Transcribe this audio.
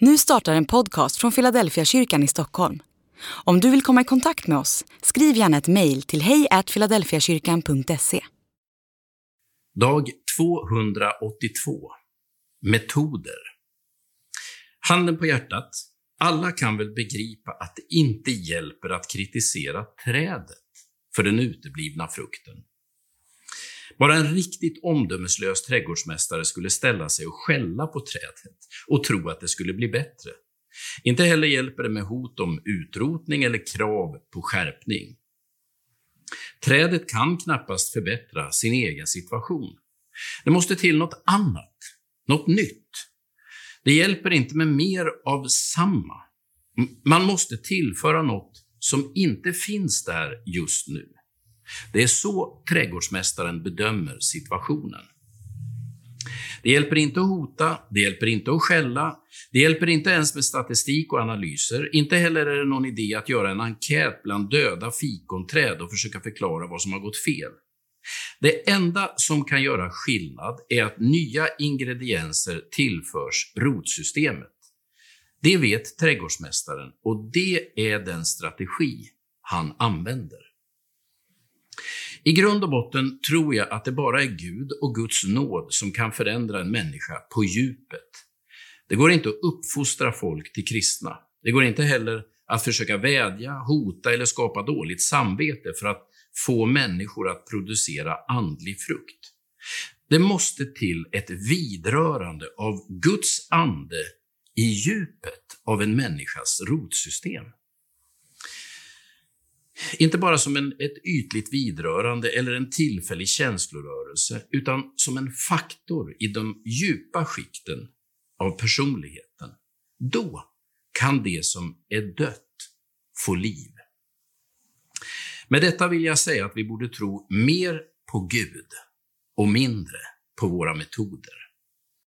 Nu startar en podcast från Philadelphia kyrkan i Stockholm. Om du vill komma i kontakt med oss, skriv gärna ett mejl till hej@philadelphiakyrkan.se. Dag 282. Metoder. Handen på hjärtat. Alla kan väl begripa att det inte hjälper att kritisera trädet för den uteblivna frukten. Bara en riktigt omdömeslös trädgårdsmästare skulle ställa sig och skälla på trädet och tro att det skulle bli bättre. Inte heller hjälper det med hot om utrotning eller krav på skärpning. Trädet kan knappast förbättra sin egen situation. Det måste till något annat, något nytt. Det hjälper inte med mer av samma. Man måste tillföra något som inte finns där just nu. Det är så trädgårdsmästaren bedömer situationen. Det hjälper inte att hota, det hjälper inte att skälla, det hjälper inte ens med statistik och analyser. Inte heller är det någon idé att göra en enkät bland döda fikonträd och försöka förklara vad som har gått fel. Det enda som kan göra skillnad är att nya ingredienser tillförs rotsystemet. Det vet trädgårdsmästaren och det är den strategi han använder. I grund och botten tror jag att det bara är Gud och Guds nåd som kan förändra en människa på djupet. Det går inte att uppfostra folk till kristna. Det går inte heller att försöka vädja, hota eller skapa dåligt samvete för att få människor att producera andlig frukt. Det måste till ett vidrörande av Guds ande i djupet av en människas rotsystem. Inte bara som ett ytligt vidrörande eller en tillfällig känslorörelse, utan som en faktor i de djupa skikten av personligheten. Då kan det som är dött få liv. Med detta vill jag säga att vi borde tro mer på Gud och mindre på våra metoder.